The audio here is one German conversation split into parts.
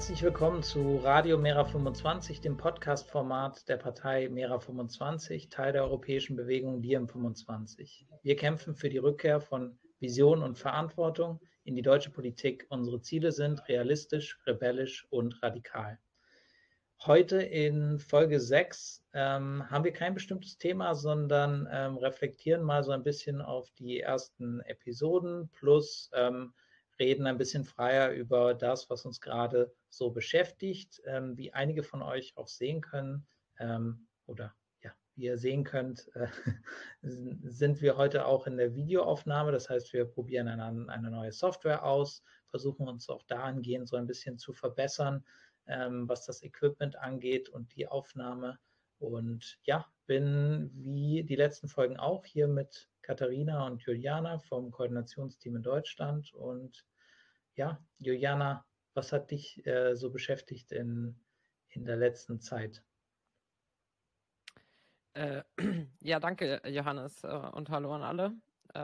Herzlich willkommen zu Radio Mera25, dem Podcast-Format der Partei Mera25, Teil der europäischen Bewegung Diem25. Wir kämpfen für die Rückkehr von Vision und Verantwortung in die deutsche Politik. Unsere Ziele sind realistisch, rebellisch und radikal. Heute in Folge 6 haben wir kein bestimmtes Thema, sondern reflektieren mal so ein bisschen auf die ersten Episoden plus reden ein bisschen freier über das, was uns gerade so beschäftigt. Wie einige von euch auch sehen können, oder ja, wie ihr sehen könnt, sind wir heute auch in der Videoaufnahme. Das heißt, wir probieren eine neue Software aus, versuchen uns auch dahingehend so ein bisschen zu verbessern, was das Equipment angeht und die Aufnahme. Und ja, bin wie die letzten Folgen auch hier mit Katharina und Juliana vom Koordinationsteam in Deutschland. Und ja, Juliana, was hat dich so beschäftigt in der letzten Zeit? Ja, danke, Johannes, und hallo an alle.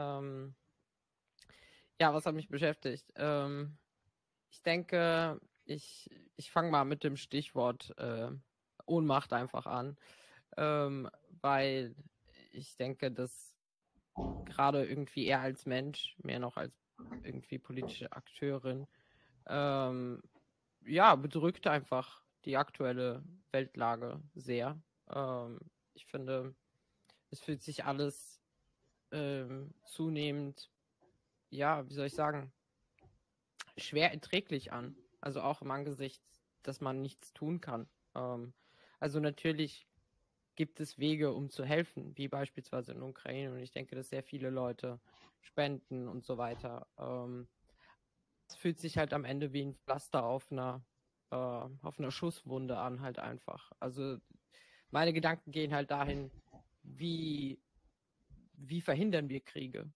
Ja, was hat mich beschäftigt? Ich denke, ich fange mal mit dem Stichwort Ohnmacht einfach an, weil ich denke, dass gerade irgendwie eher als Mensch, mehr noch als irgendwie politische Akteurin, ja, bedrückt einfach die aktuelle Weltlage sehr. Ich finde, es fühlt sich alles zunehmend, ja, wie soll ich sagen, schwer erträglich an. Also auch im Angesicht, dass man nichts tun kann. Also natürlich gibt es Wege, um zu helfen, wie beispielsweise in der Ukraine. Und ich denke, dass sehr viele Leute spenden und so weiter. Es fühlt sich halt am Ende wie ein Pflaster auf einer Schusswunde an, halt einfach. Also meine Gedanken gehen halt dahin, wie verhindern wir Kriege?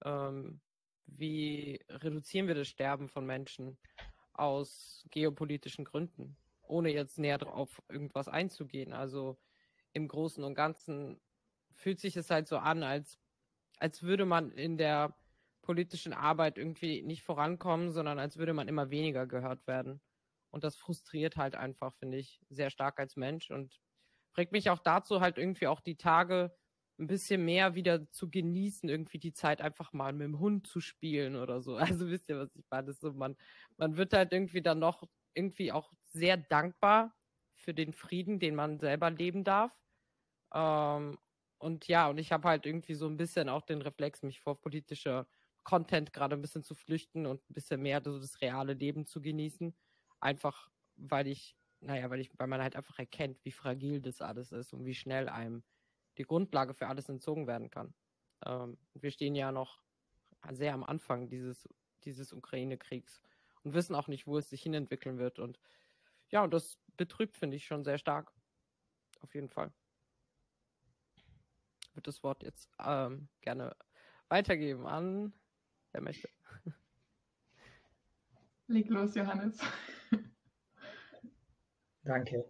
Wie reduzieren wir das Sterben von Menschen aus geopolitischen Gründen, ohne jetzt näher auf irgendwas einzugehen? Also im Großen und Ganzen fühlt sich es halt so an, als würde man in der politischen Arbeit irgendwie nicht vorankommen, sondern als würde man immer weniger gehört werden. Und das frustriert halt einfach, finde ich, sehr stark als Mensch und bringt mich auch dazu, halt irgendwie auch die Tage ein bisschen mehr wieder zu genießen, irgendwie die Zeit einfach mal mit dem Hund zu spielen oder so. Also wisst ihr, was ich meine? Das ist so, man wird halt irgendwie dann noch irgendwie auch sehr dankbar für den Frieden, den man selber leben darf. Und ja, und ich habe halt irgendwie so ein bisschen auch den Reflex, mich vor politischer Content gerade ein bisschen zu flüchten und ein bisschen mehr so das reale Leben zu genießen. Einfach, weil man halt einfach erkennt, wie fragil das alles ist und wie schnell einem die Grundlage für alles entzogen werden kann. Wir stehen ja noch sehr am Anfang dieses Ukraine-Kriegs und wissen auch nicht, wo es sich hinentwickeln wird. Und ja, und das betrübt, finde ich, schon sehr stark. Auf jeden Fall. Ich würde das Wort jetzt gerne weitergeben an, wer möchte. Leg los, Johannes. Danke.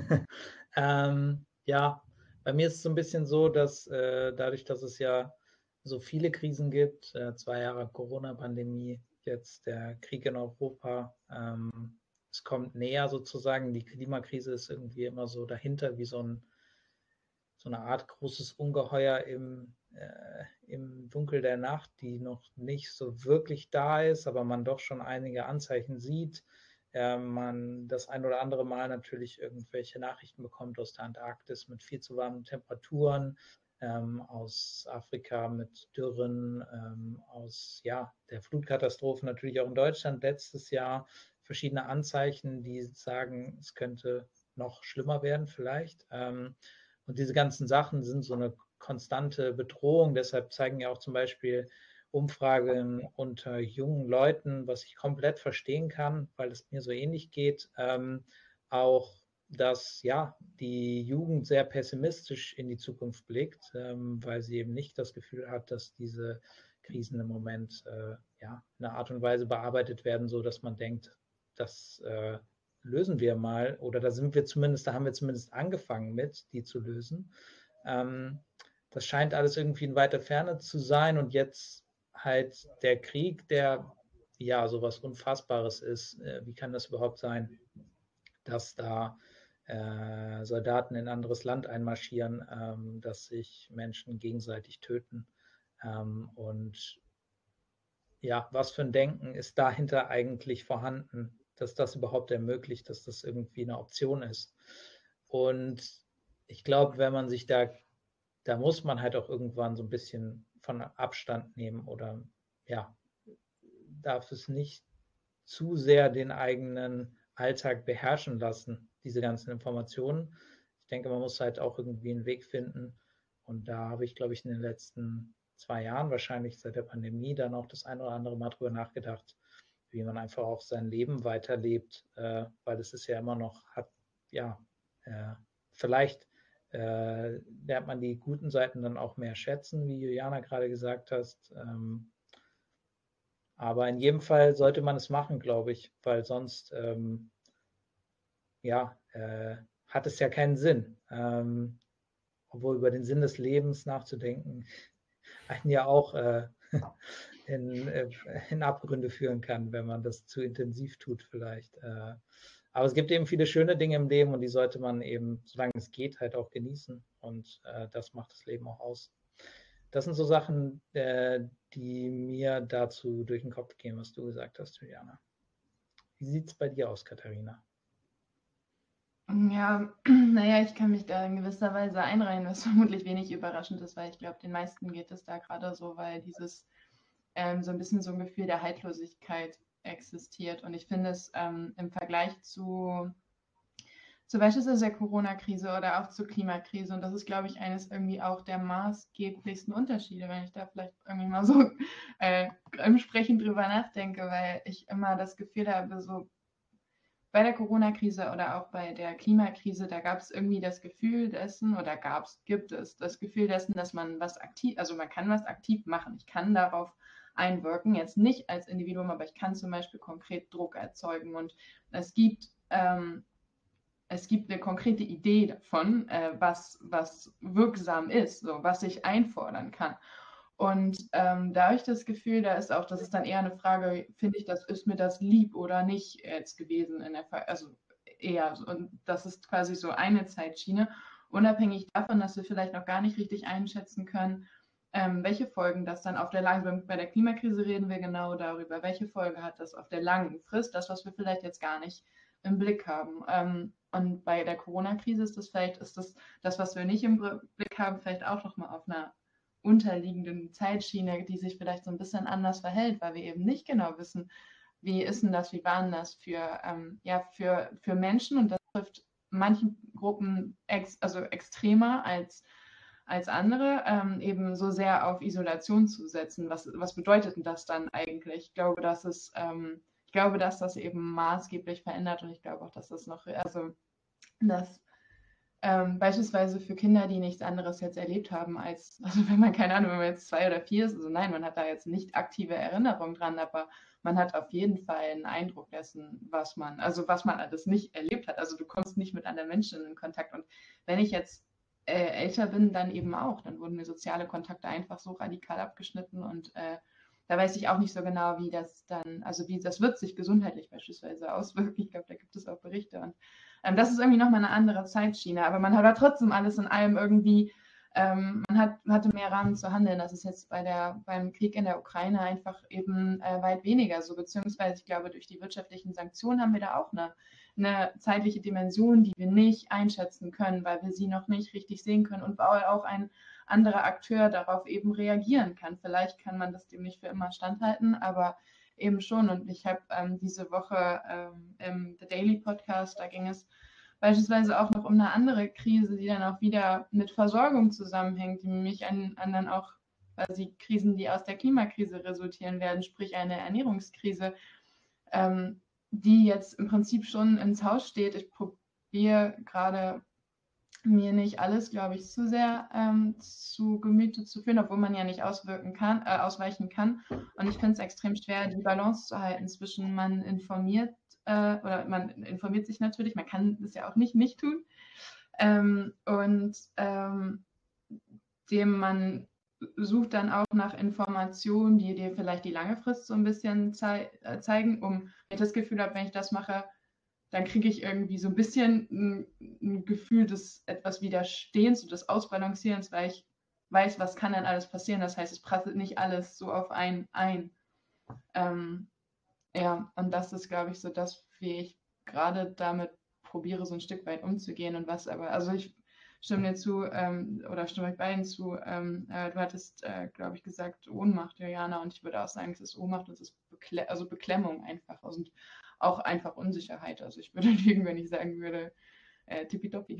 Ja, bei mir ist es so ein bisschen so, dass dadurch, dass es ja so viele Krisen gibt, 2 Jahre Corona-Pandemie, jetzt der Krieg in Europa, es kommt näher sozusagen, die Klimakrise ist irgendwie immer so dahinter wie so eine Art großes Ungeheuer im Dunkel der Nacht, die noch nicht so wirklich da ist, aber man doch schon einige Anzeichen sieht. Man das ein oder andere Mal natürlich irgendwelche Nachrichten bekommt aus der Antarktis mit viel zu warmen Temperaturen, aus Afrika mit Dürren, aus der Flutkatastrophe natürlich auch in Deutschland letztes Jahr, verschiedene Anzeichen, die sagen, es könnte noch schlimmer werden vielleicht. Und diese ganzen Sachen sind so eine konstante Bedrohung. Deshalb zeigen ja auch zum Beispiel Umfragen unter jungen Leuten, was ich komplett verstehen kann, weil es mir so ähnlich geht, auch, dass die Jugend sehr pessimistisch in die Zukunft blickt, weil sie eben nicht das Gefühl hat, dass diese Krisen im Moment in einer Art und Weise bearbeitet werden, so dass man denkt, das lösen wir mal, oder da haben wir zumindest angefangen mit, die zu lösen. Das scheint alles irgendwie in weiter Ferne zu sein und jetzt halt der Krieg, der ja, sowas Unfassbares ist. Wie kann das überhaupt sein, dass da Soldaten in ein anderes Land einmarschieren, dass sich Menschen gegenseitig töten? Und ja, was für ein Denken ist dahinter eigentlich vorhanden, dass das überhaupt ermöglicht, dass das irgendwie eine Option ist? Und ich glaube, wenn man sich da muss man halt auch irgendwann so ein bisschen von Abstand nehmen oder ja, darf es nicht zu sehr den eigenen Alltag beherrschen lassen, diese ganzen Informationen. Ich denke, man muss halt auch irgendwie einen Weg finden. Und da habe ich, glaube ich, in den letzten 2 Jahren, wahrscheinlich seit der Pandemie, dann auch das ein oder andere Mal drüber nachgedacht, wie man einfach auch sein Leben weiterlebt, weil es ist ja immer noch, ja, vielleicht lernt man die guten Seiten dann auch mehr schätzen, wie Juliana gerade gesagt hast. Aber in jedem Fall sollte man es machen, glaube ich, weil sonst ja, hat es ja keinen Sinn. Obwohl über den Sinn des Lebens nachzudenken einen ja auch in, in Abgründe führen kann, wenn man das zu intensiv tut vielleicht. Aber es gibt eben viele schöne Dinge im Leben und die sollte man eben, solange es geht, halt auch genießen. Und das macht das Leben auch aus. Das sind so Sachen, die mir dazu durch den Kopf gehen, was du gesagt hast, Juliana. Wie sieht es bei dir aus, Katharina? Ja, naja, ich kann mich da in gewisser Weise einreihen, was vermutlich wenig überraschend ist, weil ich glaube, den meisten geht es da gerade so, weil dieses so ein bisschen so ein Gefühl der Haltlosigkeit existiert. Und ich finde es im Vergleich zu beispielsweise der Corona-Krise oder auch zur Klimakrise, und das ist, glaube ich, eines irgendwie auch der maßgeblichsten Unterschiede, wenn ich da vielleicht irgendwie mal so im Sprechen drüber nachdenke, weil ich immer das Gefühl habe, so bei der Corona-Krise oder auch bei der Klimakrise, da gab es irgendwie das Gefühl dessen, oder gibt es das Gefühl dessen, dass man was aktiv, also man kann was aktiv machen. Ich kann darauf einwirken, jetzt nicht als Individuum, aber ich kann zum Beispiel konkret Druck erzeugen. Und es gibt eine konkrete Idee davon, was wirksam ist, so, was ich einfordern kann. Und da habe ich das Gefühl, das ist dann eher eine Frage, finde ich, ist mir das lieb oder nicht jetzt gewesen also eher. Und das ist quasi so eine Zeitschiene, unabhängig davon, dass wir vielleicht noch gar nicht richtig einschätzen können, welche Folgen das dann auf der langen, bei der Klimakrise reden wir genau darüber, welche Folge hat das auf der langen Frist, das, was wir vielleicht jetzt gar nicht im Blick haben. Und bei der Corona-Krise ist das, was wir nicht im Blick haben, vielleicht auch nochmal auf einer unterliegenden Zeitschiene, die sich vielleicht so ein bisschen anders verhält, weil wir eben nicht genau wissen, wie ist denn das, wie war denn das für Menschen, und das trifft manchen Gruppen also extremer als andere, eben so sehr auf Isolation zu setzen. Was bedeutet denn das dann eigentlich? Ich glaube, dass das eben maßgeblich verändert, und ich glaube auch, dass das dass beispielsweise für Kinder, die nichts anderes jetzt erlebt haben, also wenn man, keine Ahnung, wenn man jetzt 2 oder 4 ist, also nein, man hat da jetzt nicht aktive Erinnerung dran, aber man hat auf jeden Fall einen Eindruck dessen, was man alles nicht erlebt hat. Also du kommst nicht mit anderen Menschen in Kontakt. Und wenn ich jetzt älter bin, dann eben auch, dann wurden mir soziale Kontakte einfach so radikal abgeschnitten, und da weiß ich auch nicht so genau, wie das wird sich gesundheitlich beispielsweise auswirken. Ich glaube, da gibt es auch Berichte, und das ist irgendwie nochmal eine andere Zeitschiene, aber man hat aber trotzdem alles in allem irgendwie, hatte mehr Rahmen zu handeln. Das ist jetzt beim Krieg in der Ukraine einfach eben weit weniger so, beziehungsweise ich glaube, durch die wirtschaftlichen Sanktionen haben wir da auch eine zeitliche Dimension, die wir nicht einschätzen können, weil wir sie noch nicht richtig sehen können und weil auch ein anderer Akteur darauf eben reagieren kann. Vielleicht kann man das dem nicht für immer standhalten, aber eben schon. Und ich habe diese Woche im The Daily Podcast, da ging es beispielsweise auch noch um eine andere Krise, die dann auch wieder mit Versorgung zusammenhängt, die nämlich an dann auch quasi Krisen, die aus der Klimakrise resultieren werden, sprich eine Ernährungskrise, die jetzt im Prinzip schon ins Haus steht. Ich probiere gerade mir nicht alles, glaube ich, zu sehr zu Gemüte zu führen, obwohl man ja nicht ausweichen kann. Und ich finde es extrem schwer, die Balance zu halten zwischen man informiert sich natürlich, man kann das ja auch nicht tun, und dem man such dann auch nach Informationen, die dir vielleicht die lange Frist so ein bisschen zeigen, wenn ich das Gefühl habe, wenn ich das mache, dann kriege ich irgendwie so ein bisschen ein Gefühl des etwas Widerstehens und des Ausbalancierens, weil ich weiß, was kann dann alles passieren. Das heißt, es prasselt nicht alles so auf einen ein. Ja, und das ist, glaube ich, so das, wie ich gerade damit probiere, so ein Stück weit umzugehen und was aber, also ich stimme dir zu, oder stimme euch beiden zu, du hattest, glaube ich, gesagt Ohnmacht, Juliana, und ich würde auch sagen, es ist Ohnmacht und es ist Beklemmung einfach und auch einfach Unsicherheit. Also ich würde lügen, wenn ich sagen würde, tippitoppi.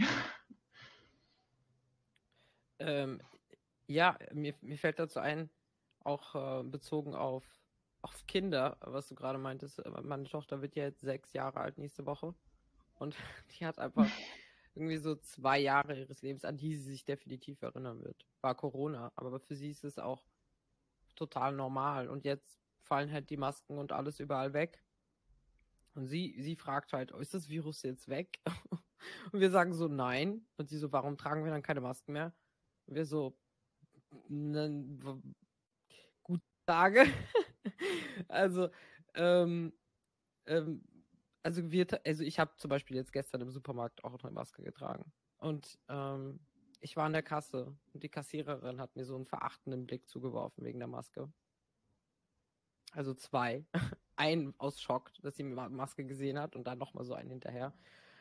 Ja, mir fällt dazu ein, auch bezogen auf Kinder, was du gerade meintest. Meine Tochter wird ja jetzt 6 Jahre alt nächste Woche und die hat einfach irgendwie so 2 Jahre ihres Lebens, an die sie sich definitiv erinnern wird. War Corona, aber für sie ist es auch total normal und jetzt fallen halt die Masken und alles überall weg. Und sie fragt halt, ist das Virus jetzt weg? Und wir sagen so, nein. Und sie so, warum tragen wir dann keine Masken mehr? Und wir so, gute Frage. Also, also ich habe zum Beispiel jetzt gestern im Supermarkt auch eine Maske getragen. Und ich war an der Kasse und die Kassiererin hat mir so einen verachtenden Blick zugeworfen wegen der Maske. Also 2. Einen aus Schock, dass sie mir Maske gesehen hat und dann nochmal so einen hinterher.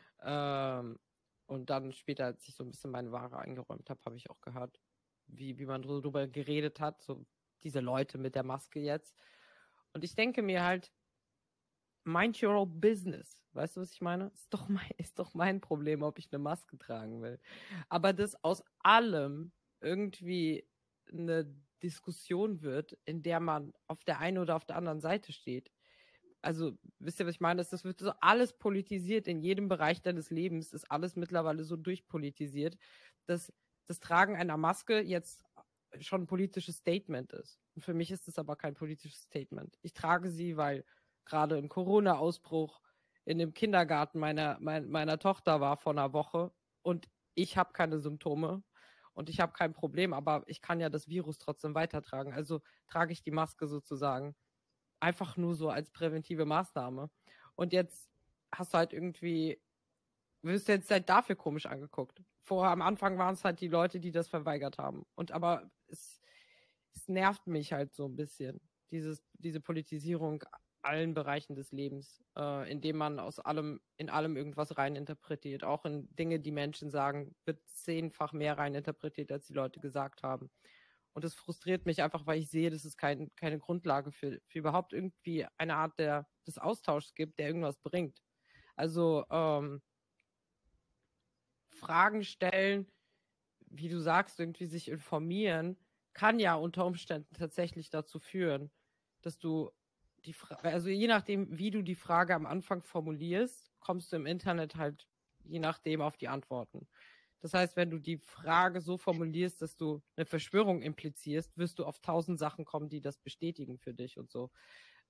Und dann später, als ich so ein bisschen meine Ware eingeräumt habe, habe ich auch gehört, wie man darüber geredet hat, so diese Leute mit der Maske jetzt. Und ich denke mir halt, mind your own business. Weißt du, was ich meine? Ist doch mein Problem, ob ich eine Maske tragen will. Aber dass aus allem irgendwie eine Diskussion wird, in der man auf der einen oder auf der anderen Seite steht. Also, wisst ihr, was ich meine? Das wird so alles politisiert. In jedem Bereich deines Lebens ist alles mittlerweile so durchpolitisiert, dass das Tragen einer Maske jetzt schon ein politisches Statement ist. Und für mich ist es aber kein politisches Statement. Ich trage sie, weil gerade ein Corona-Ausbruch in dem Kindergarten meiner Tochter war vor einer Woche und ich habe keine Symptome und ich habe kein Problem, aber ich kann ja das Virus trotzdem weitertragen. Also trage ich die Maske sozusagen einfach nur so als präventive Maßnahme. Und jetzt hast du halt irgendwie, wirst du jetzt halt dafür komisch angeguckt. Vorher am Anfang waren es halt die Leute, die das verweigert haben. Aber es nervt mich halt so ein bisschen, diese Politisierung allen Bereichen des Lebens, indem man in allem irgendwas reininterpretiert. Auch in Dinge, die Menschen sagen, wird 10-fach mehr reininterpretiert, als die Leute gesagt haben. Und das frustriert mich einfach, weil ich sehe, dass es keine Grundlage für überhaupt irgendwie eine Art des Austauschs gibt, der irgendwas bringt. Also Fragen stellen, wie du sagst, irgendwie sich informieren, kann ja unter Umständen tatsächlich dazu führen, dass du also je nachdem, wie du die Frage am Anfang formulierst, kommst du im Internet halt je nachdem auf die Antworten. Das heißt, wenn du die Frage so formulierst, dass du eine Verschwörung implizierst, wirst du auf 1000 Sachen kommen, die das bestätigen für dich und so.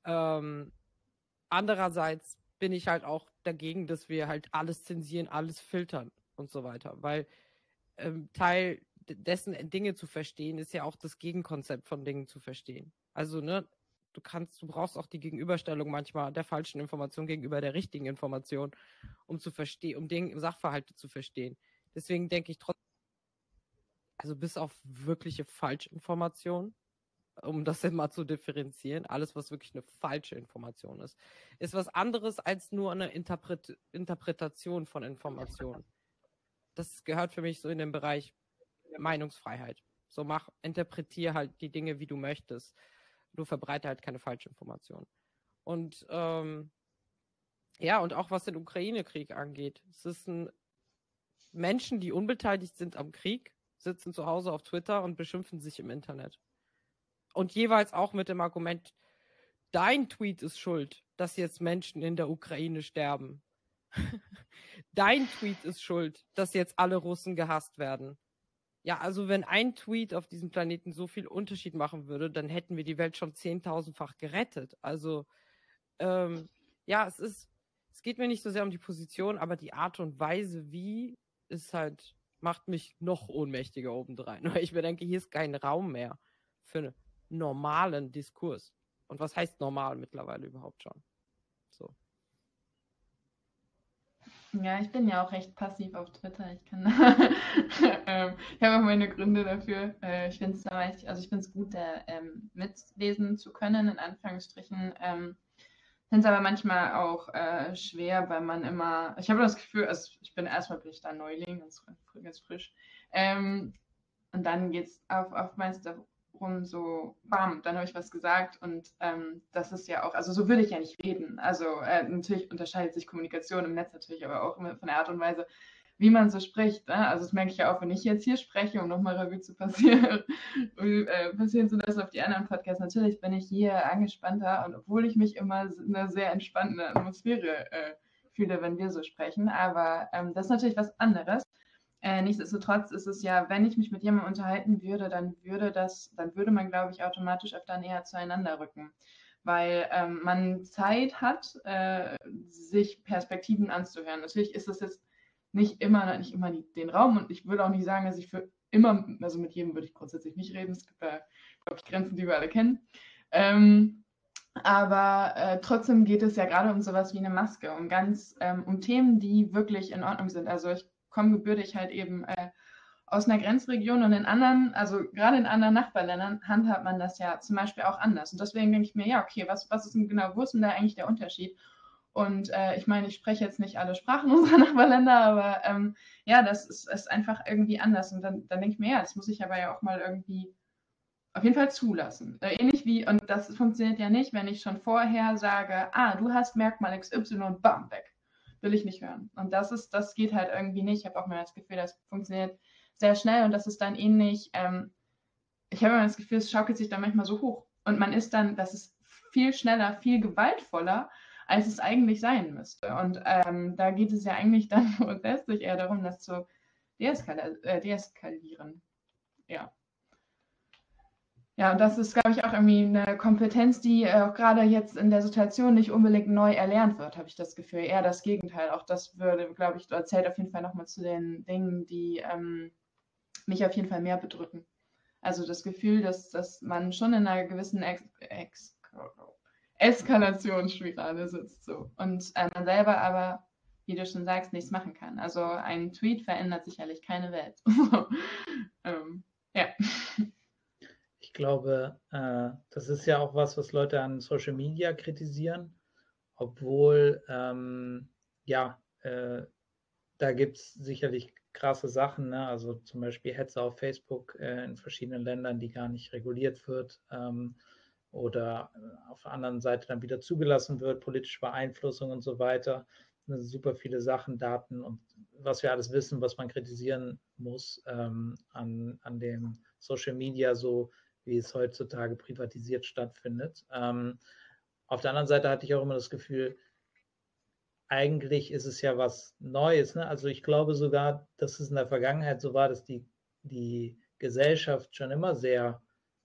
Andererseits bin ich halt auch dagegen, dass wir halt alles zensieren, alles filtern und so weiter, weil Teil dessen Dinge zu verstehen, ist ja auch das Gegenkonzept von Dingen zu verstehen. Also, ne, du brauchst auch die Gegenüberstellung manchmal der falschen Information gegenüber der richtigen Information, um zu verstehen, um Sachverhalte zu verstehen. Deswegen denke ich trotzdem, also bis auf wirkliche Falschinformationen, um das jetzt mal zu differenzieren, alles, was wirklich eine falsche Information ist was anderes als nur eine Interpretation von Informationen. Das gehört für mich so in den Bereich Meinungsfreiheit. So interpretier halt die Dinge, wie du möchtest. Du verbreite halt keine Falschinformationen. Und ja, und auch was den Ukraine-Krieg angeht. Es ist Menschen, die unbeteiligt sind am Krieg, sitzen zu Hause auf Twitter und beschimpfen sich im Internet. Und jeweils auch mit dem Argument, dein Tweet ist schuld, dass jetzt Menschen in der Ukraine sterben. Dein Tweet ist schuld, dass jetzt alle Russen gehasst werden. Ja, also wenn ein Tweet auf diesem Planeten so viel Unterschied machen würde, dann hätten wir die Welt schon 10.000-fach gerettet. Also, ja, es geht mir nicht so sehr um die Position, aber die Art und Weise, wie, ist halt macht mich noch ohnmächtiger obendrein, weil ich mir denke, hier ist kein Raum mehr für einen normalen Diskurs. Und was heißt normal mittlerweile überhaupt schon? So. Ja, ich bin ja auch recht passiv auf Twitter. Ich kann, ich habe auch meine Gründe dafür. Ich finde es gut, da mitlesen zu können, in Anführungsstrichen. Finde es aber manchmal auch schwer, weil man immer, ich habe das Gefühl, also bin ich da Neuling, ganz frisch. Und dann geht es oftmals darum, so, bam, dann habe ich was gesagt und das ist ja auch, also so würde ich ja nicht reden. Also natürlich unterscheidet sich Kommunikation im Netz natürlich, aber auch immer von der Art und Weise, wie man so spricht. Ne? Also das merke ich ja auch, wenn ich jetzt hier spreche, um nochmal Revue zu passieren zu lassen auf die anderen Podcasts. Natürlich bin ich hier angespannter und obwohl ich mich immer in einer sehr entspannten Atmosphäre fühle, wenn wir so sprechen, aber das ist natürlich was anderes. Nichtsdestotrotz ist es ja, wenn ich mich mit jemandem unterhalten würde, dann würde man, glaube ich, automatisch öfter näher zueinander rücken, weil man Zeit hat, sich Perspektiven anzuhören. Natürlich ist es jetzt nicht immer den Raum und ich würde auch nicht sagen, dass ich für immer, also mit jedem würde ich grundsätzlich nicht reden. Es gibt da, glaube ich, Grenzen, die wir alle kennen. Aber trotzdem geht es ja gerade um sowas wie eine Maske, um Themen, die wirklich in Ordnung sind. Also ich komme gebürtig halt eben aus einer Grenzregion und in anderen, also gerade in anderen Nachbarländern, handhabt man das ja zum Beispiel auch anders. Und deswegen denke ich mir, ja, okay, was ist denn genau, wo ist denn da eigentlich der Unterschied? Und ich meine, ich spreche jetzt nicht alle Sprachen unserer Nachbarländer, aber ja, das ist einfach irgendwie anders. Und dann denke ich mir, ja, das muss ich aber ja auch mal irgendwie auf jeden Fall zulassen. Ähnlich wie, und das funktioniert ja nicht, wenn ich schon vorher sage, du hast Merkmal XY, bam, weg. Will ich nicht hören. Und das geht halt irgendwie nicht. Ich habe auch mal das Gefühl, das funktioniert sehr schnell und das ist dann ähnlich. Ich habe immer das Gefühl, es schaukelt sich dann manchmal so hoch. Und das ist viel schneller, viel gewaltvoller, als es eigentlich sein müsste. Und da geht es ja eigentlich dann letztlich eher darum, das zu deeskalieren. Ja. Ja, und das ist, glaube ich, auch irgendwie eine Kompetenz, die auch gerade jetzt in der Situation nicht unbedingt neu erlernt wird, habe ich das Gefühl. Eher das Gegenteil. Auch das würde, glaube ich, zählt auf jeden Fall nochmal zu den Dingen, die mich auf jeden Fall mehr bedrücken. Also das Gefühl, dass man schon in einer gewissen Eskalationsspirale sitzt. So. Und man selber aber, wie du schon sagst, nichts machen kann. Also ein Tweet verändert sicherlich keine Welt. Ja. Ich glaube, das ist ja auch was Leute an Social Media kritisieren, obwohl, da gibt es sicherlich krasse Sachen, ne? Also zum Beispiel Hetze auf Facebook in verschiedenen Ländern, die gar nicht reguliert wird oder auf der anderen Seite dann wieder zugelassen wird, politische Beeinflussung und so weiter. Super viele Sachen, Daten und was wir alles wissen, was man kritisieren muss an dem Social Media, so wie es heutzutage privatisiert stattfindet. Auf der anderen Seite hatte ich auch immer das Gefühl, eigentlich ist es ja was Neues. Ne? Also ich glaube sogar, dass es in der Vergangenheit so war, dass die Gesellschaft schon immer sehr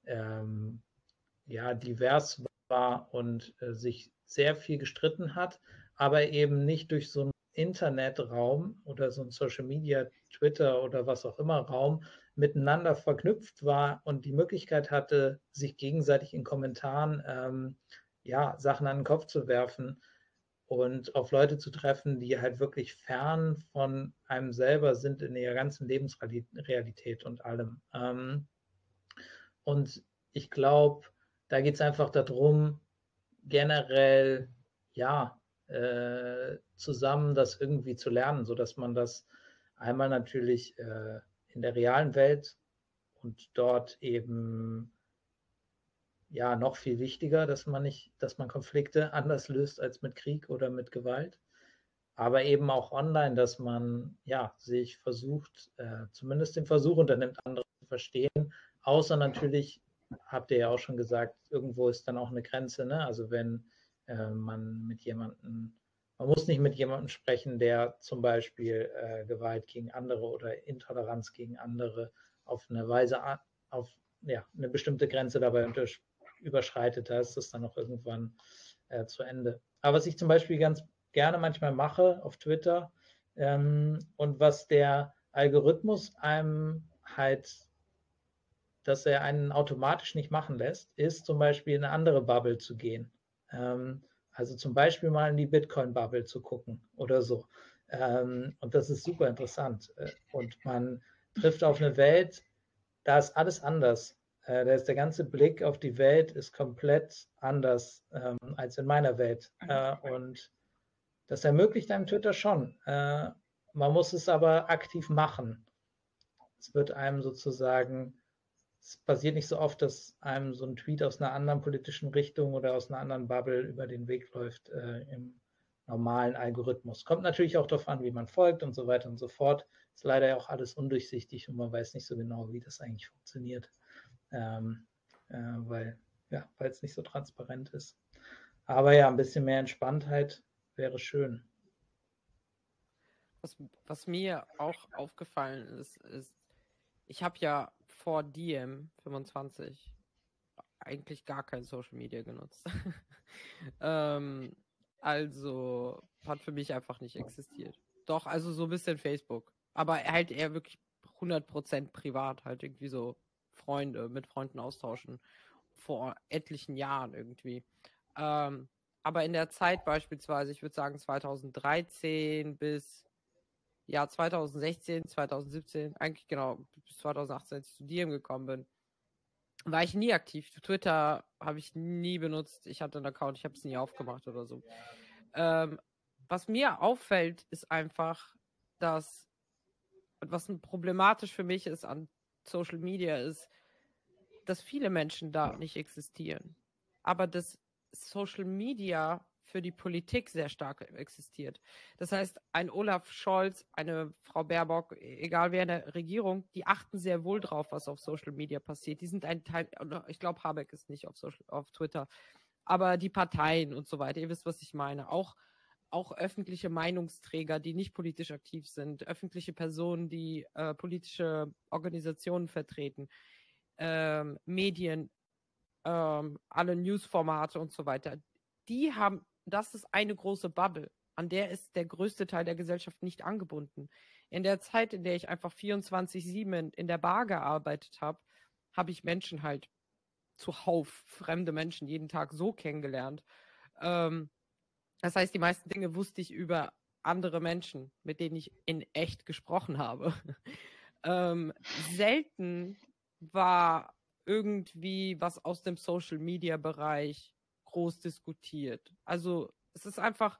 divers war und sich sehr viel gestritten hat, aber eben nicht durch so einen Internetraum oder so einen Social Media, Twitter oder was auch immer Raum miteinander verknüpft war und die Möglichkeit hatte, sich gegenseitig in Kommentaren Sachen an den Kopf zu werfen und auf Leute zu treffen, die halt wirklich fern von einem selber sind in ihrer ganzen Lebensrealität und allem. Und ich glaube, da geht es einfach darum, generell, zusammen das irgendwie zu lernen, sodass man das einmal natürlich in der realen Welt und dort eben noch viel wichtiger, dass man Konflikte anders löst als mit Krieg oder mit Gewalt, aber eben auch online, dass man sich versucht, zumindest den Versuch unternimmt, andere zu verstehen, außer natürlich, habt ihr ja auch schon gesagt, irgendwo ist dann auch eine Grenze, ne? Also wenn man muss nicht mit jemandem sprechen, der zum Beispiel Gewalt gegen andere oder Intoleranz gegen andere auf eine Weise, auf eine bestimmte Grenze dabei überschreitet, da ist das dann auch irgendwann zu Ende. Aber was ich zum Beispiel ganz gerne manchmal mache auf Twitter und was der Algorithmus einem halt, dass er einen automatisch nicht machen lässt, ist zum Beispiel in eine andere Bubble zu gehen. Also zum Beispiel mal in die Bitcoin-Bubble zu gucken oder so. Und das ist super interessant. Und man trifft auf eine Welt, da ist alles anders. Da ist der ganze Blick auf die Welt ist komplett anders als in meiner Welt. Und das ermöglicht einem Twitter schon. Man muss es aber aktiv machen. Es wird einem sozusagen, es passiert nicht so oft, dass einem so ein Tweet aus einer anderen politischen Richtung oder aus einer anderen Bubble über den Weg läuft im normalen Algorithmus. Kommt natürlich auch darauf an, wie man folgt und so weiter und so fort. Ist leider ja auch alles undurchsichtig und man weiß nicht so genau, wie das eigentlich funktioniert, weil es nicht so transparent ist. Aber ja, ein bisschen mehr Entspanntheit wäre schön. Was mir auch aufgefallen ist, ich habe ja vor Diem 25 eigentlich gar kein Social Media genutzt. Also hat für mich einfach nicht existiert. Doch, also so ein bisschen Facebook. Aber halt eher wirklich 100% privat, halt irgendwie so mit Freunden austauschen. Vor etlichen Jahren irgendwie. Aber in der Zeit beispielsweise, ich würde sagen 2013 bis 2016, 2017, eigentlich genau bis 2018, als ich zu Diem gekommen bin, war ich nie aktiv. Twitter habe ich nie benutzt. Ich hatte einen Account, ich habe es nie aufgemacht oder so. Was mir auffällt, ist einfach, dass, was problematisch für mich ist an Social Media, ist, dass viele Menschen da nicht existieren. Aber dass Social Media für die Politik sehr stark existiert. Das heißt, ein Olaf Scholz, eine Frau Baerbock, egal wer in der Regierung, die achten sehr wohl drauf, was auf Social Media passiert. Die sind ein Teil, ich glaube, Habeck ist nicht auf Twitter, aber die Parteien und so weiter, ihr wisst, was ich meine. Auch öffentliche Meinungsträger, die nicht politisch aktiv sind, öffentliche Personen, die politische Organisationen vertreten, Medien, alle Newsformate und so weiter, die haben, das ist eine große Bubble, an der ist der größte Teil der Gesellschaft nicht angebunden. In der Zeit, in der ich einfach 24/7 in der Bar gearbeitet habe, habe ich Menschen halt zuhauf, fremde Menschen jeden Tag so kennengelernt. Das heißt, die meisten Dinge wusste ich über andere Menschen, mit denen ich in echt gesprochen habe. Selten war irgendwie was aus dem Social-Media-Bereich groß diskutiert. Also es ist einfach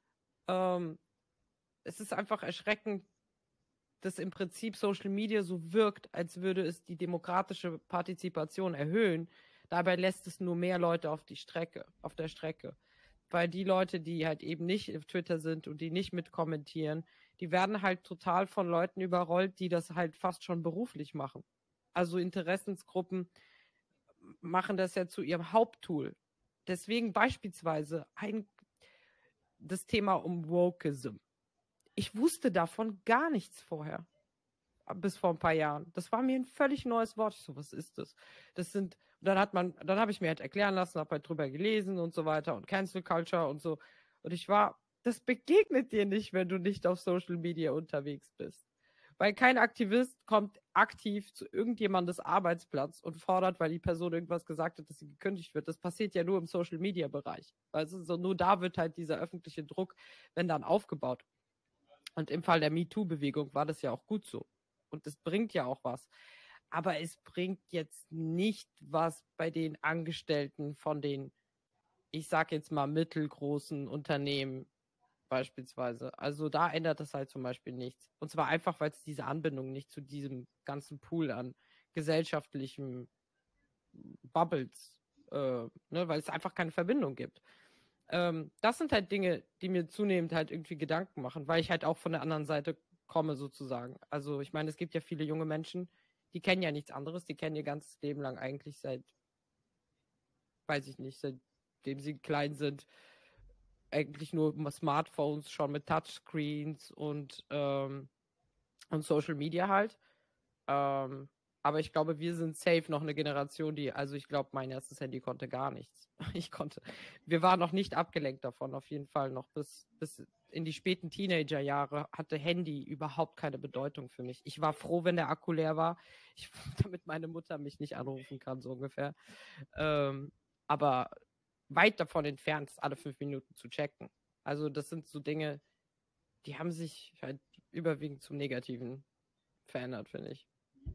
erschreckend, dass im Prinzip Social Media so wirkt, als würde es die demokratische Partizipation erhöhen. Dabei lässt es nur mehr Leute auf der Strecke. Weil die Leute, die halt eben nicht auf Twitter sind und die nicht mitkommentieren, die werden halt total von Leuten überrollt, die das halt fast schon beruflich machen. Also Interessensgruppen machen das ja zu ihrem Haupttool. Deswegen beispielsweise das Thema um Wokeism. Ich wusste davon gar nichts vorher. Bis vor ein paar Jahren. Das war mir ein völlig neues Wort. Ich so, was ist das? Dann habe ich mir halt erklären lassen, habe halt drüber gelesen und so weiter und Cancel Culture und so. Und das begegnet dir nicht, wenn du nicht auf Social Media unterwegs bist. Weil kein Aktivist kommt aktiv zu irgendjemandes Arbeitsplatz und fordert, weil die Person irgendwas gesagt hat, dass sie gekündigt wird. Das passiert ja nur im Social Media Bereich. Also so nur da wird halt dieser öffentliche Druck, wenn dann aufgebaut. Und im Fall der MeToo-Bewegung war das ja auch gut so. Und das bringt ja auch was. Aber es bringt jetzt nicht was bei den Angestellten von den, ich sag jetzt mal, mittelgroßen Unternehmen beispielsweise. Also da ändert das halt zum Beispiel nichts. Und zwar einfach, weil es diese Anbindung nicht zu diesem ganzen Pool an gesellschaftlichen Bubbles, weil es einfach keine Verbindung gibt. Das sind halt Dinge, die mir zunehmend halt irgendwie Gedanken machen, weil ich halt auch von der anderen Seite komme sozusagen. Also ich meine, es gibt ja viele junge Menschen, die kennen ja nichts anderes, die kennen ihr ganzes Leben lang eigentlich weiß ich nicht, seitdem sie klein sind, eigentlich nur Smartphones schon mit Touchscreens und Social Media halt. Aber ich glaube, wir sind safe noch eine Generation, also ich glaube, mein erstes Handy konnte gar nichts. Wir waren noch nicht abgelenkt davon, auf jeden Fall noch bis in die späten Teenagerjahre hatte Handy überhaupt keine Bedeutung für mich. Ich war froh, wenn der Akku leer war, damit meine Mutter mich nicht anrufen kann, so ungefähr. Aber weit davon entfernt, es alle 5 Minuten zu checken. Also das sind so Dinge, die haben sich halt überwiegend zum Negativen verändert, finde ich.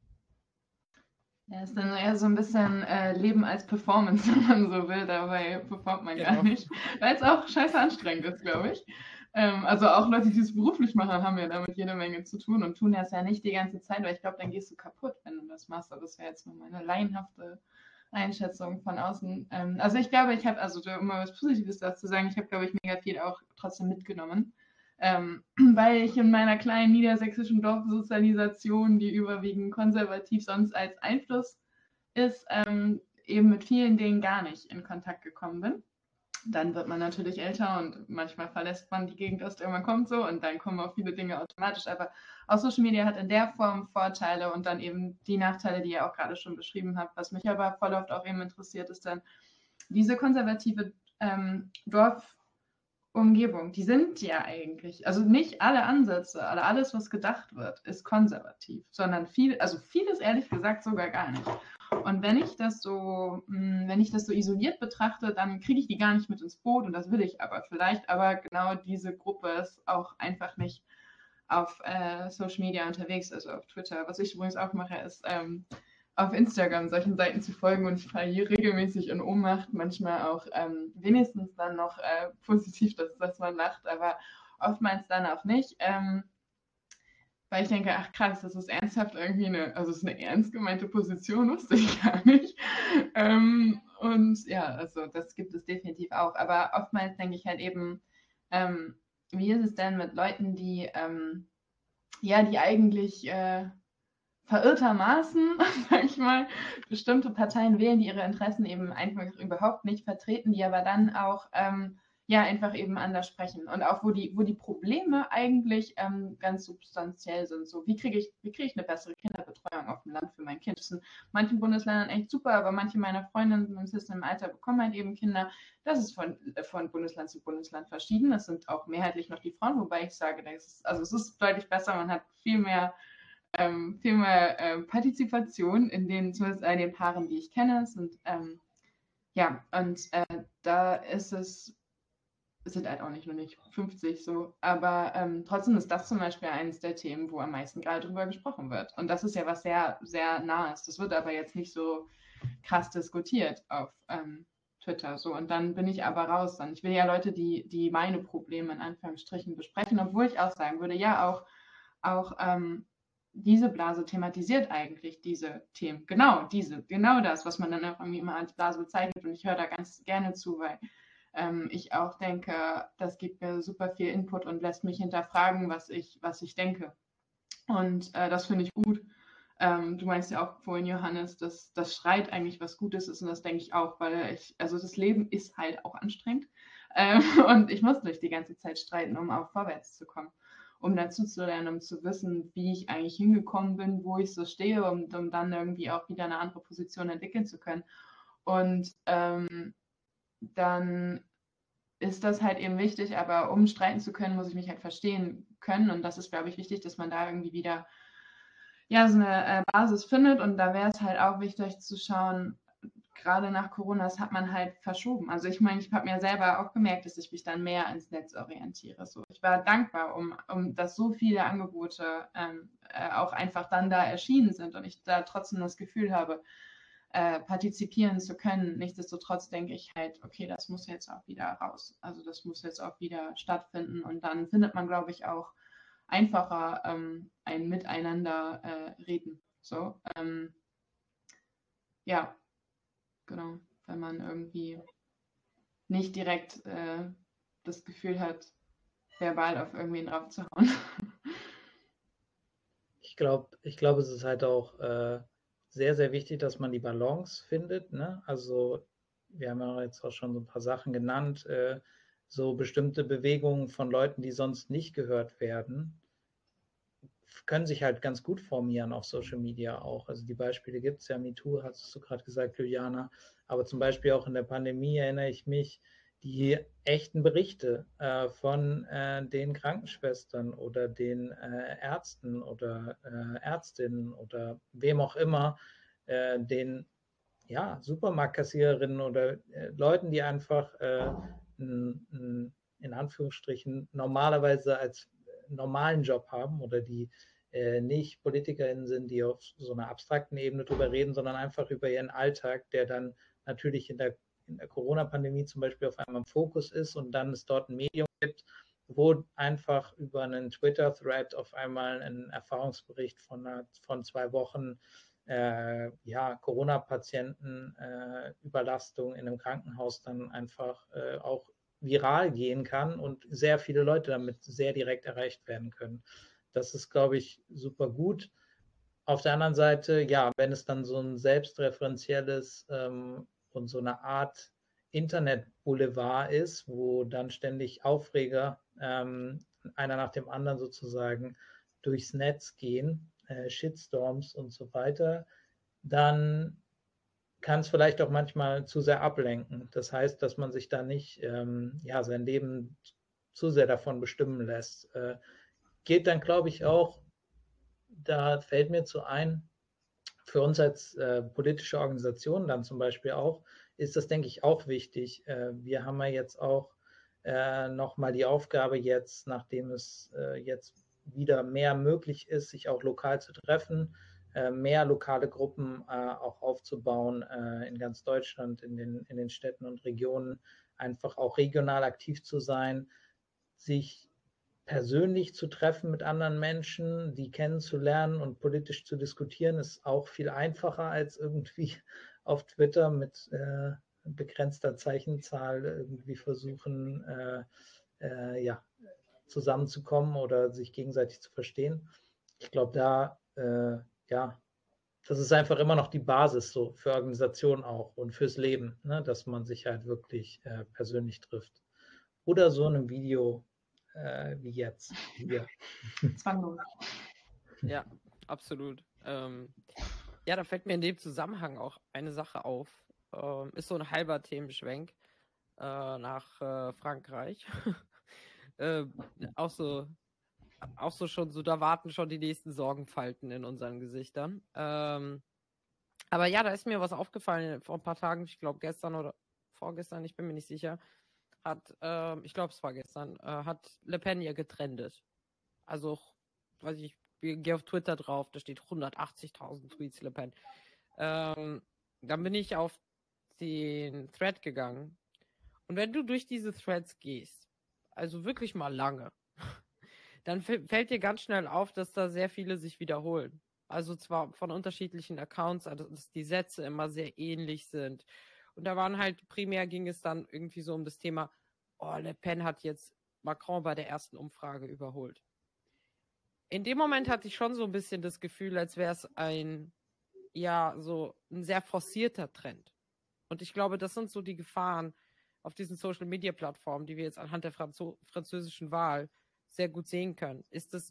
Ja, ist dann eher so ein bisschen Leben als Performance, wenn man so will. Dabei performt man gar nicht, weil es auch scheiße anstrengend ist, glaube ich. Also auch Leute, die es beruflich machen, haben ja damit jede Menge zu tun und tun das ja nicht die ganze Zeit, weil ich glaube, dann gehst du kaputt, wenn du das machst. Aber das wäre jetzt nur meine laienhafte Einschätzung von außen. Also ich glaube, ich habe, also um mal was Positives dazu sagen, ich habe, glaube ich, mega viel auch trotzdem mitgenommen. Weil ich in meiner kleinen niedersächsischen Dorfsozialisation, die überwiegend konservativ sonst als Einfluss ist, eben mit vielen Dingen gar nicht in Kontakt gekommen bin. Dann wird man natürlich älter und manchmal verlässt man die Gegend, aus der man kommt, so, und dann kommen auch viele Dinge automatisch. Aber auch Social Media hat in der Form Vorteile und dann eben die Nachteile, die ihr auch gerade schon beschrieben habt. Was mich aber voll oft auch eben interessiert, ist dann diese konservative Dorfumgebung, die sind ja eigentlich, also nicht alle Ansätze, alles, was gedacht wird, ist konservativ, sondern vieles ehrlich gesagt sogar gar nicht. Und wenn ich das so isoliert betrachte, dann kriege ich die gar nicht mit ins Boot und das will ich aber vielleicht. Aber genau diese Gruppe ist auch einfach nicht auf Social Media unterwegs, also auf Twitter. Was ich übrigens auch mache, ist auf Instagram solchen Seiten zu folgen und ich falle hier regelmäßig in Ohnmacht, manchmal auch wenigstens dann noch positiv, dass man lacht, aber oftmals dann auch nicht. Weil ich denke, ach krass, das ist ernsthaft irgendwie es ist eine ernst gemeinte Position, wusste ich gar nicht. Und ja, also das gibt es definitiv auch. Aber oftmals denke ich halt eben, wie ist es denn mit Leuten, die die eigentlich verirrtermaßen, sag ich mal, bestimmte Parteien wählen, die ihre Interessen eben einfach überhaupt nicht vertreten, die aber dann auch einfach eben anders sprechen. Und auch wo die Probleme eigentlich ganz substanziell sind. So, wie kriege ich eine bessere Kinderbetreuung auf dem Land für mein Kind? Das ist in manchen Bundesländern echt super, aber manche meiner Freundinnen sind im Alter bekommen halt eben Kinder. Das ist von Bundesland zu Bundesland verschieden. Das sind auch mehrheitlich noch die Frauen, wobei ich sage, es ist deutlich besser, man hat viel mehr Partizipation zumindest in den Paaren, die ich kenne. Da sind halt auch nur nicht 50 so, aber trotzdem ist das zum Beispiel eines der Themen, wo am meisten gerade drüber gesprochen wird. Und das ist ja was sehr, sehr Nahes. Das wird aber jetzt nicht so krass diskutiert auf Twitter. So. Und dann bin ich aber raus. Ich will ja Leute, die meine Probleme in Anführungsstrichen besprechen, obwohl ich auch sagen würde, ja, auch diese Blase thematisiert eigentlich diese Themen. Genau das, was man dann auch irgendwie immer als Blase bezeichnet. Und ich höre da ganz gerne zu, weil ich auch denke, das gibt mir super viel Input und lässt mich hinterfragen, was ich denke. Und das finde ich gut. Du meinst ja auch vorhin, Johannes, dass das schreit eigentlich was Gutes ist und das denke ich auch, weil das Leben ist halt auch anstrengend und ich muss nicht die ganze Zeit streiten, um auch vorwärts zu kommen, um dazu zu lernen, um zu wissen, wie ich eigentlich hingekommen bin, wo ich so stehe, um dann irgendwie auch wieder eine andere Position entwickeln zu können. Und dann ist das halt eben wichtig, aber um streiten zu können, muss ich mich halt verstehen können und das ist, glaube ich, wichtig, dass man da irgendwie wieder so eine Basis findet und da wäre es halt auch wichtig zu schauen, gerade nach Corona, das hat man halt verschoben. Also ich meine, ich habe mir selber auch gemerkt, dass ich mich dann mehr ans Netz orientiere. So, ich war dankbar, dass so viele Angebote auch einfach dann da erschienen sind und ich da trotzdem das Gefühl habe, partizipieren zu können. Nichtsdestotrotz denke ich halt, okay, das muss jetzt auch wieder raus. Also das muss jetzt auch wieder stattfinden und dann findet man, glaube ich, auch einfacher ein Miteinander reden. So, ja, genau, wenn man irgendwie nicht direkt das Gefühl hat, verbal auf irgendwen draufzuhauen. Ich glaube, es ist halt auch sehr, sehr wichtig, dass man die Balance findet. Ne? Also wir haben ja jetzt auch schon so ein paar Sachen genannt, so bestimmte Bewegungen von Leuten, die sonst nicht gehört werden, können sich halt ganz gut formieren auf Social Media auch. Also die Beispiele gibt es ja, MeToo, hast du gerade gesagt, Juliana, aber zum Beispiel auch in der Pandemie erinnere ich mich, die echten Berichte von den Krankenschwestern oder den Ärzten oder Ärztinnen oder wem auch immer, den Supermarktkassiererinnen oder Leuten, die einfach in Anführungsstrichen normalerweise als normalen Job haben oder die nicht PolitikerInnen sind, die auf so einer abstrakten Ebene drüber reden, sondern einfach über ihren Alltag, der dann natürlich in der Corona-Pandemie zum Beispiel auf einmal im Fokus ist und dann es dort ein Medium gibt, wo einfach über einen Twitter-Thread auf einmal ein Erfahrungsbericht von 2 Wochen Corona-Patienten Überlastung in einem Krankenhaus dann einfach auch viral gehen kann und sehr viele Leute damit sehr direkt erreicht werden können. Das ist, glaube ich, super gut. Auf der anderen Seite, ja, wenn es dann so ein selbstreferenzielles und so eine Art Internet-Boulevard ist, wo dann ständig Aufreger einer nach dem anderen sozusagen durchs Netz gehen, Shitstorms und so weiter, dann kann es vielleicht auch manchmal zu sehr ablenken. Das heißt, dass man sich da nicht sein Leben zu sehr davon bestimmen lässt. Geht dann, glaube ich, auch, da fällt mir zu ein, für uns als politische Organisation dann zum Beispiel auch, ist das, denke ich, auch wichtig. Wir haben ja jetzt auch nochmal die Aufgabe jetzt, nachdem es jetzt wieder mehr möglich ist, sich auch lokal zu treffen, mehr lokale Gruppen auch aufzubauen in ganz Deutschland, in den Städten und Regionen, einfach auch regional aktiv zu sein, sich persönlich zu treffen mit anderen Menschen, die kennenzulernen und politisch zu diskutieren, ist auch viel einfacher als irgendwie auf Twitter mit begrenzter Zeichenzahl irgendwie versuchen, zusammenzukommen oder sich gegenseitig zu verstehen. Ich glaube, das ist einfach immer noch die Basis so für Organisationen auch und fürs Leben, ne, dass man sich halt wirklich persönlich trifft. Oder so in einem Video wie jetzt hier. Zwanglos. Ja, absolut. Da fällt mir in dem Zusammenhang auch eine Sache auf. Ist so ein halber Themenschwenk nach Frankreich. Auch so schon, so da warten schon die nächsten Sorgenfalten in unseren Gesichtern. Aber ja, da ist mir was aufgefallen vor ein paar Tagen, ich glaube gestern oder vorgestern, ich bin mir nicht sicher, ich glaube es war gestern, hat Le Pen ihr getrendet. Also, weiß ich gehe auf Twitter drauf, da steht 180.000 Tweets Le Pen. Dann bin ich auf den Thread gegangen. Und wenn du durch diese Threads gehst, also wirklich mal lange, dann fällt dir ganz schnell auf, dass da sehr viele sich wiederholen. Also zwar von unterschiedlichen Accounts, also dass die Sätze immer sehr ähnlich sind. Und da ging es dann irgendwie so um das Thema, Le Pen hat jetzt Macron bei der ersten Umfrage überholt. In dem Moment hatte ich schon so ein bisschen das Gefühl, als wäre es ein sehr forcierter Trend. Und ich glaube, das sind so die Gefahren auf diesen Social-Media-Plattformen, die wir jetzt anhand der französischen Wahl sehr gut sehen können. Ist es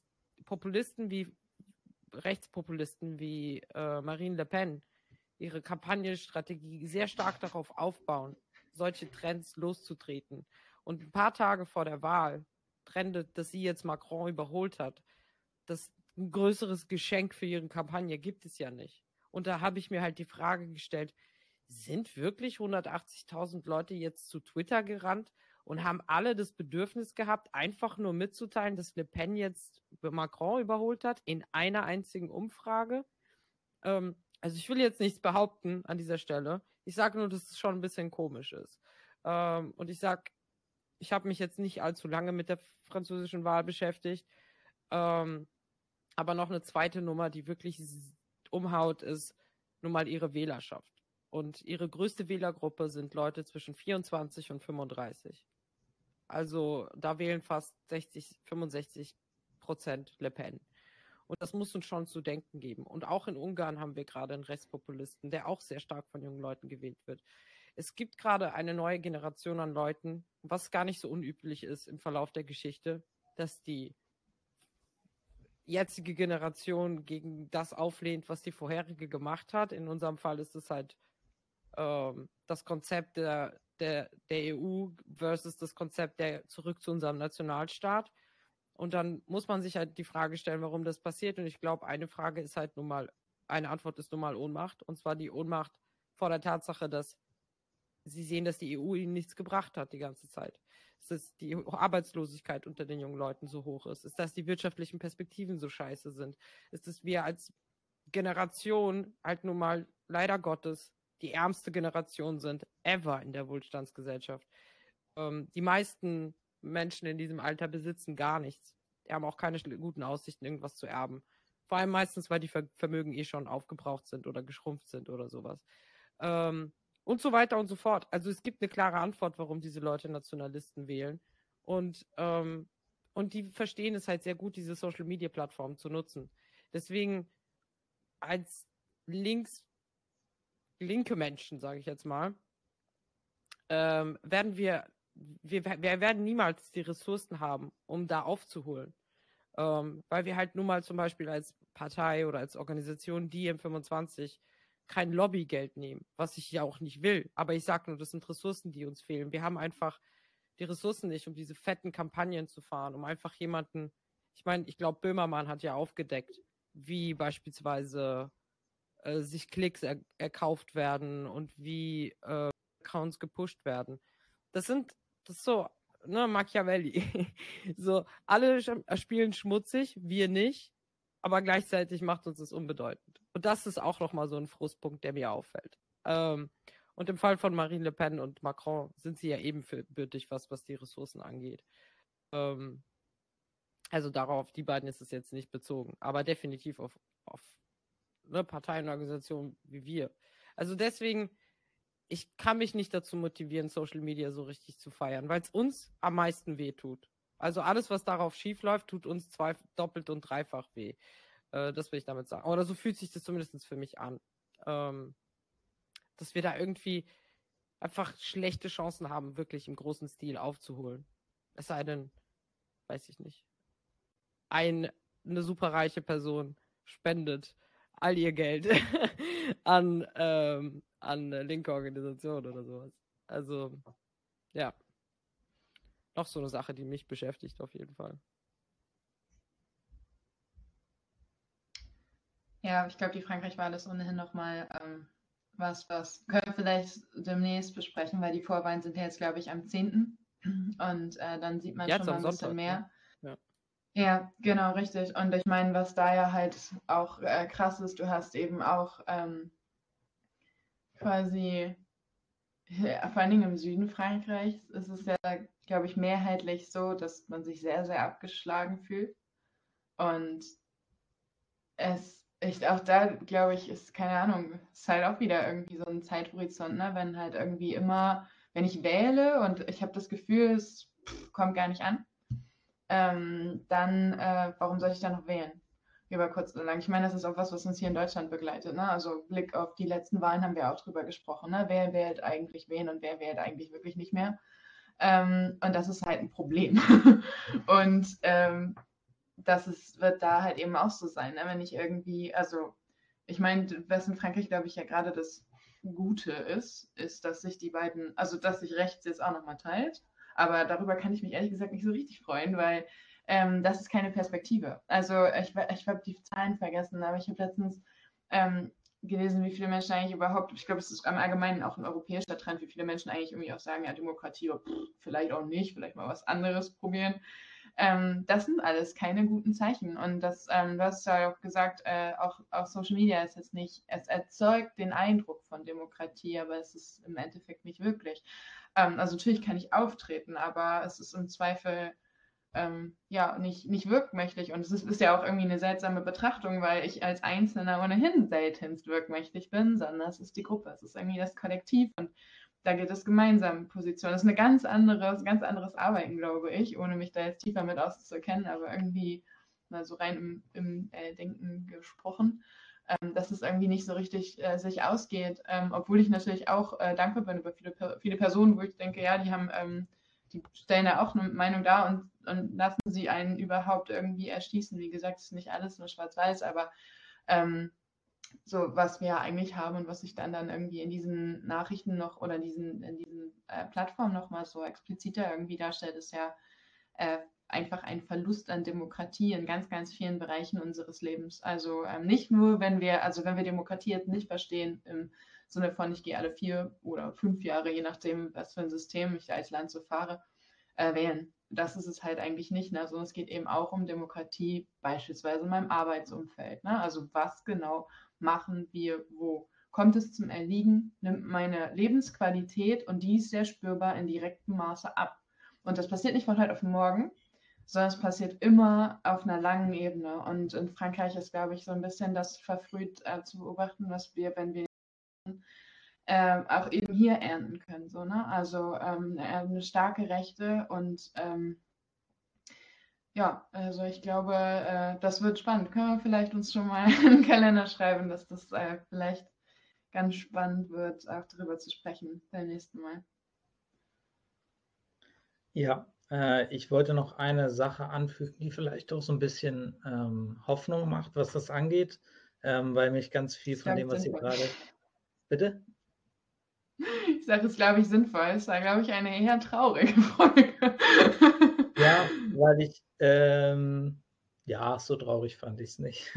Rechtspopulisten wie Marine Le Pen ihre Kampagnenstrategie sehr stark darauf aufbauen, solche Trends loszutreten. Und ein paar Tage vor der Wahl trendet, dass sie jetzt Macron überholt hat. Das ein größeres Geschenk für ihre Kampagne gibt es ja nicht. Und da habe ich mir halt die Frage gestellt, sind wirklich 180.000 Leute jetzt zu Twitter gerannt und haben alle das Bedürfnis gehabt, einfach nur mitzuteilen, dass Le Pen jetzt Macron überholt hat in einer einzigen Umfrage? Also ich will jetzt nichts behaupten an dieser Stelle. Ich sage nur, dass es schon ein bisschen komisch ist. Und ich habe mich jetzt nicht allzu lange mit der französischen Wahl beschäftigt. Aber noch eine zweite Nummer, die wirklich umhaut, ist nun mal ihre Wählerschaft. Und ihre größte Wählergruppe sind Leute zwischen 24 und 35. Also da wählen fast 65% Le Pen. Und das muss uns schon zu denken geben. Und auch in Ungarn haben wir gerade einen Rechtspopulisten, der auch sehr stark von jungen Leuten gewählt wird. Es gibt gerade eine neue Generation an Leuten, was gar nicht so unüblich ist im Verlauf der Geschichte, dass die jetzige Generation gegen das auflehnt, was die vorherige gemacht hat. In unserem Fall ist es halt das Konzept der EU versus das Konzept der zurück zu unserem Nationalstaat. Und dann muss man sich halt die Frage stellen, warum das passiert. Und ich glaube, eine Antwort ist nun mal Ohnmacht. Und zwar die Ohnmacht vor der Tatsache, dass sie sehen, dass die EU ihnen nichts gebracht hat die ganze Zeit. Es ist die Arbeitslosigkeit unter den jungen Leuten so hoch ist. Es ist, dass die wirtschaftlichen Perspektiven so scheiße sind. Es ist, dass wir als Generation halt nun mal leider Gottes die ärmste Generation sind ever in der Wohlstandsgesellschaft. Die meisten Menschen in diesem Alter besitzen gar nichts. Die haben auch keine guten Aussichten, irgendwas zu erben. Vor allem meistens, weil die Vermögen eh schon aufgebraucht sind oder geschrumpft sind oder sowas. Und so weiter und so fort. Also es gibt eine klare Antwort, warum diese Leute Nationalisten wählen. Und die verstehen es halt sehr gut, diese Social-Media-Plattformen zu nutzen. Deswegen als linke Menschen, sage ich jetzt mal, werden wir werden niemals die Ressourcen haben, um da aufzuholen. Weil wir halt nun mal zum Beispiel als Partei oder als Organisation DiEM25 kein Lobbygeld nehmen, was ich ja auch nicht will. Aber ich sage nur, das sind Ressourcen, die uns fehlen. Wir haben einfach die Ressourcen nicht, um diese fetten Kampagnen zu fahren, um einfach jemanden, ich meine, ich glaube, Böhmermann hat ja aufgedeckt, wie beispielsweise sich Klicks erkauft werden und wie Accounts gepusht werden. Das ist so, ne, Machiavelli. So, alle spielen schmutzig, wir nicht, aber gleichzeitig macht uns das unbedeutend. Und das ist auch nochmal so ein Frustpunkt, der mir auffällt. Und im Fall von Marine Le Pen und Macron sind sie ja ebenbürtig, was die Ressourcen angeht. Also darauf, die beiden ist es jetzt nicht bezogen, aber definitiv auf eine Parteienorganisation wie wir. Also deswegen, ich kann mich nicht dazu motivieren, Social Media so richtig zu feiern, weil es uns am meisten weh tut. Also alles, was darauf schief läuft, tut uns doppelt und dreifach weh. Das will ich damit sagen. Oder so fühlt sich das zumindest für mich an. Dass wir da irgendwie einfach schlechte Chancen haben, wirklich im großen Stil aufzuholen. Es sei denn, weiß ich nicht, eine superreiche Person spendet all ihr Geld an linke Organisationen oder sowas. Also, ja. Noch so eine Sache, die mich beschäftigt auf jeden Fall. Ja, ich glaube, die Frankreich-Wahl ist ohnehin nochmal was können wir vielleicht demnächst besprechen, weil die Vorwahlen sind ja jetzt, glaube ich, am 10. Und dann sieht man Jetzt schon mal ein bisschen Sonntag, mehr. Ne? Ja, genau, richtig. Und ich meine, was da ja halt auch krass ist, du hast eben auch quasi, vor allen Dingen im Süden Frankreichs, ist es ja, glaube ich, mehrheitlich so, dass man sich sehr, sehr abgeschlagen fühlt. Und auch da, glaube ich, ist, keine Ahnung, ist halt auch wieder irgendwie so ein Zeithorizont, ne? Wenn halt irgendwie immer, wenn ich wähle und ich habe das Gefühl, es kommt gar nicht an, dann warum soll ich dann noch wählen? Über kurz oder lang. Ich meine, das ist auch was uns hier in Deutschland begleitet. Ne? Also Blick auf die letzten Wahlen haben wir auch drüber gesprochen. Ne? Wer wählt eigentlich wen und wer wählt eigentlich wirklich nicht mehr? Und das ist halt ein Problem. Und wird da halt eben auch so sein. Ne? Wenn ich irgendwie, also ich meine, was in Frankreich, glaube ich, ja gerade das Gute ist, dass sich die beiden, also dass sich rechts jetzt auch nochmal teilt. Aber darüber kann ich mich ehrlich gesagt nicht so richtig freuen, weil das ist keine Perspektive. Also ich habe die Zahlen vergessen, aber ich habe letztens gelesen, wie viele Menschen eigentlich überhaupt, ich glaube, es ist am Allgemeinen auch ein europäischer Trend, wie viele Menschen eigentlich irgendwie auch sagen, ja, Demokratie, vielleicht auch nicht, vielleicht mal was anderes probieren. Das sind alles keine guten Zeichen. Und du hast ja auch gesagt, auch Social Media ist jetzt nicht, es erzeugt den Eindruck von Demokratie, aber es ist im Endeffekt nicht wirklich. Also natürlich kann ich auftreten, aber es ist im Zweifel ja nicht wirkmächtig. Und es ist ja auch irgendwie eine seltsame Betrachtung, weil ich als Einzelner ohnehin seltenst wirkmächtig bin, sondern es ist die Gruppe, es ist irgendwie das Kollektiv und da geht es gemeinsam Position. Das ist ein ganz anderes Arbeiten, glaube ich, ohne mich da jetzt tiefer mit auszukennen, aber irgendwie mal so rein im Denken gesprochen, dass es irgendwie nicht so richtig sich ausgeht, obwohl ich natürlich auch dankbar bin über viele Personen, wo ich denke, ja, die haben die stellen ja auch eine Meinung dar und lassen sie einen überhaupt irgendwie erschießen. Wie gesagt, es ist nicht alles nur schwarz-weiß, aber so was wir eigentlich haben und was sich dann irgendwie in diesen Nachrichten noch oder in diesen Plattformen nochmal so expliziter irgendwie darstellt, ist ja einfach ein Verlust an Demokratie in ganz, ganz vielen Bereichen unseres Lebens. Also nicht nur, wenn wir Demokratie jetzt nicht verstehen im Sinne von, ich gehe alle 4 oder 5 Jahre, je nachdem, was für ein System ich als Land so fahre, wählen. Das ist es halt eigentlich nicht. Ne? Also es geht eben auch um Demokratie, beispielsweise in meinem Arbeitsumfeld. Ne? Also was genau machen wir wo? Kommt es zum Erliegen, nimmt meine Lebensqualität, und die ist sehr spürbar, in direktem Maße ab. Und das passiert nicht von heute auf morgen, sondern es passiert immer auf einer langen Ebene. Und in Frankreich ist, glaube ich, so ein bisschen das verfrüht zu beobachten, was wir, wenn wir auch eben hier ernten können. So, ne? Also eine starke Rechte und ja, also ich glaube, das wird spannend. Können wir vielleicht uns schon mal einen Kalender schreiben, dass das vielleicht ganz spannend wird, auch darüber zu sprechen beim nächsten Mal. Ja, ich wollte noch eine Sache anfügen, die vielleicht auch so ein bisschen Hoffnung macht, was das angeht, weil mich ganz viel Ich von glaube, dem, was ihr sinnvoll. gerade... Bitte? Ich sage es, glaube ich, sinnvoll. Es war, glaube ich, eine eher traurige Folge. Ja, weil ich, ja, so traurig fand ich es nicht.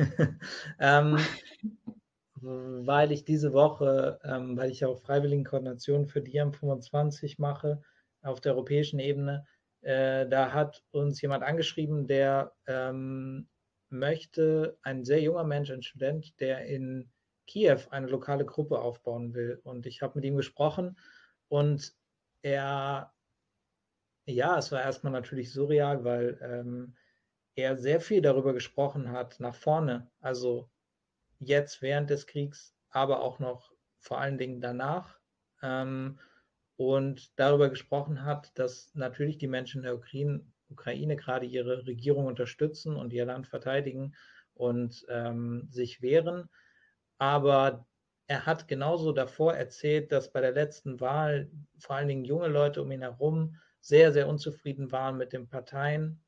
Weil ich diese Woche, weil ich ja auch Freiwilligenkoordination für Diam 25 mache auf der europäischen Ebene, da hat uns jemand angeschrieben, der möchte, ein sehr junger Mensch, ein Student, der in Kiew eine lokale Gruppe aufbauen will. Und ich habe mit ihm gesprochen und er, ja, es war erstmal natürlich surreal, weil er sehr viel darüber gesprochen hat, nach vorne, also jetzt während des Kriegs, aber auch noch vor allen Dingen danach. Ähm, und darüber gesprochen hat, dass natürlich die Menschen der Ukraine gerade ihre Regierung unterstützen und ihr Land verteidigen und sich wehren. Aber er hat genauso davor erzählt, dass bei der letzten Wahl vor allen Dingen junge Leute um ihn herum sehr, sehr unzufrieden waren mit den Parteien,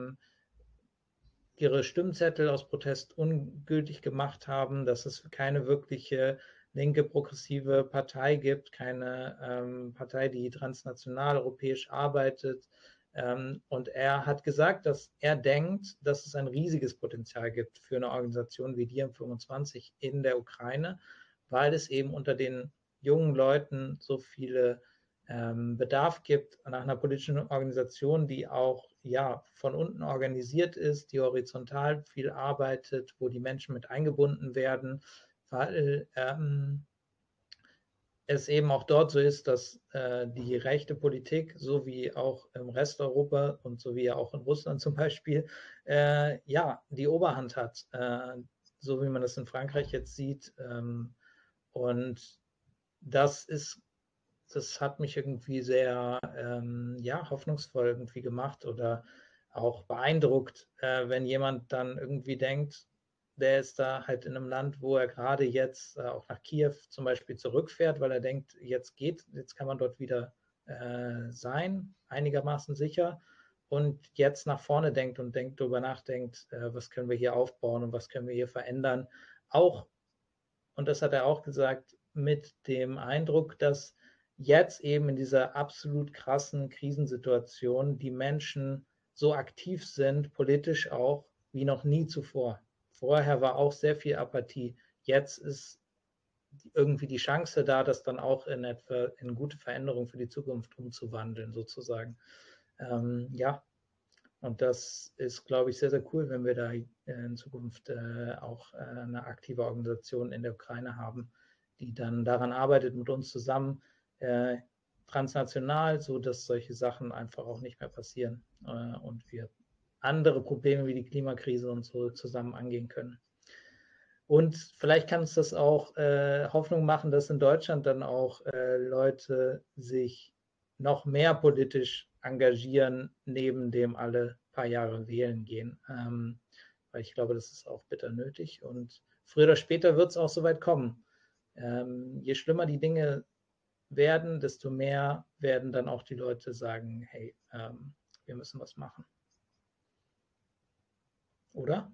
ihre Stimmzettel aus Protest ungültig gemacht haben, dass es keine wirkliche linke progressive Partei gibt, keine Partei, die transnational europäisch arbeitet. Und er hat gesagt, dass er denkt, dass es ein riesiges Potenzial gibt für eine Organisation wie Diam 25 in der Ukraine, weil es eben unter den jungen Leuten so viele Bedarf gibt nach einer politischen Organisation, die auch ja, von unten organisiert ist, die horizontal viel arbeitet, wo die Menschen mit eingebunden werden, weil es eben auch dort so ist, dass die rechte Politik, so wie auch im Rest Europa und so wie auch in Russland zum Beispiel, ja, die Oberhand hat, so wie man das in Frankreich jetzt sieht. Und das ist das hat mich irgendwie sehr ja, hoffnungsvoll irgendwie gemacht oder auch beeindruckt, wenn jemand dann irgendwie denkt, der ist da halt in einem Land, wo er gerade jetzt auch nach Kiew zum Beispiel zurückfährt, weil er denkt, jetzt kann man dort wieder sein, einigermaßen sicher, und jetzt nach vorne denkt und darüber nachdenkt, was können wir hier aufbauen und was können wir hier verändern. Auch, und das hat er auch gesagt, mit dem Eindruck, dass jetzt eben in dieser absolut krassen Krisensituation die Menschen so aktiv sind, politisch auch, wie noch nie zuvor. Vorher war auch sehr viel Apathie. Jetzt ist irgendwie die Chance da, das dann auch in gute Veränderungen für die Zukunft umzuwandeln, sozusagen. Ja, und das ist, glaube ich, sehr, sehr cool, wenn wir da in Zukunft auch eine aktive Organisation in der Ukraine haben, die dann daran arbeitet mit uns zusammen, transnational, so dass solche Sachen einfach auch nicht mehr passieren und wir andere Probleme wie die Klimakrise und so zusammen angehen können. Und vielleicht kann uns das auch Hoffnung machen, dass in Deutschland dann auch Leute sich noch mehr politisch engagieren, neben dem alle paar Jahre wählen gehen. Weil ich glaube, das ist auch bitter nötig. Und früher oder später wird es auch soweit kommen. Je schlimmer die Dinge werden, desto mehr werden dann auch die Leute sagen, hey, wir müssen was machen. Oder?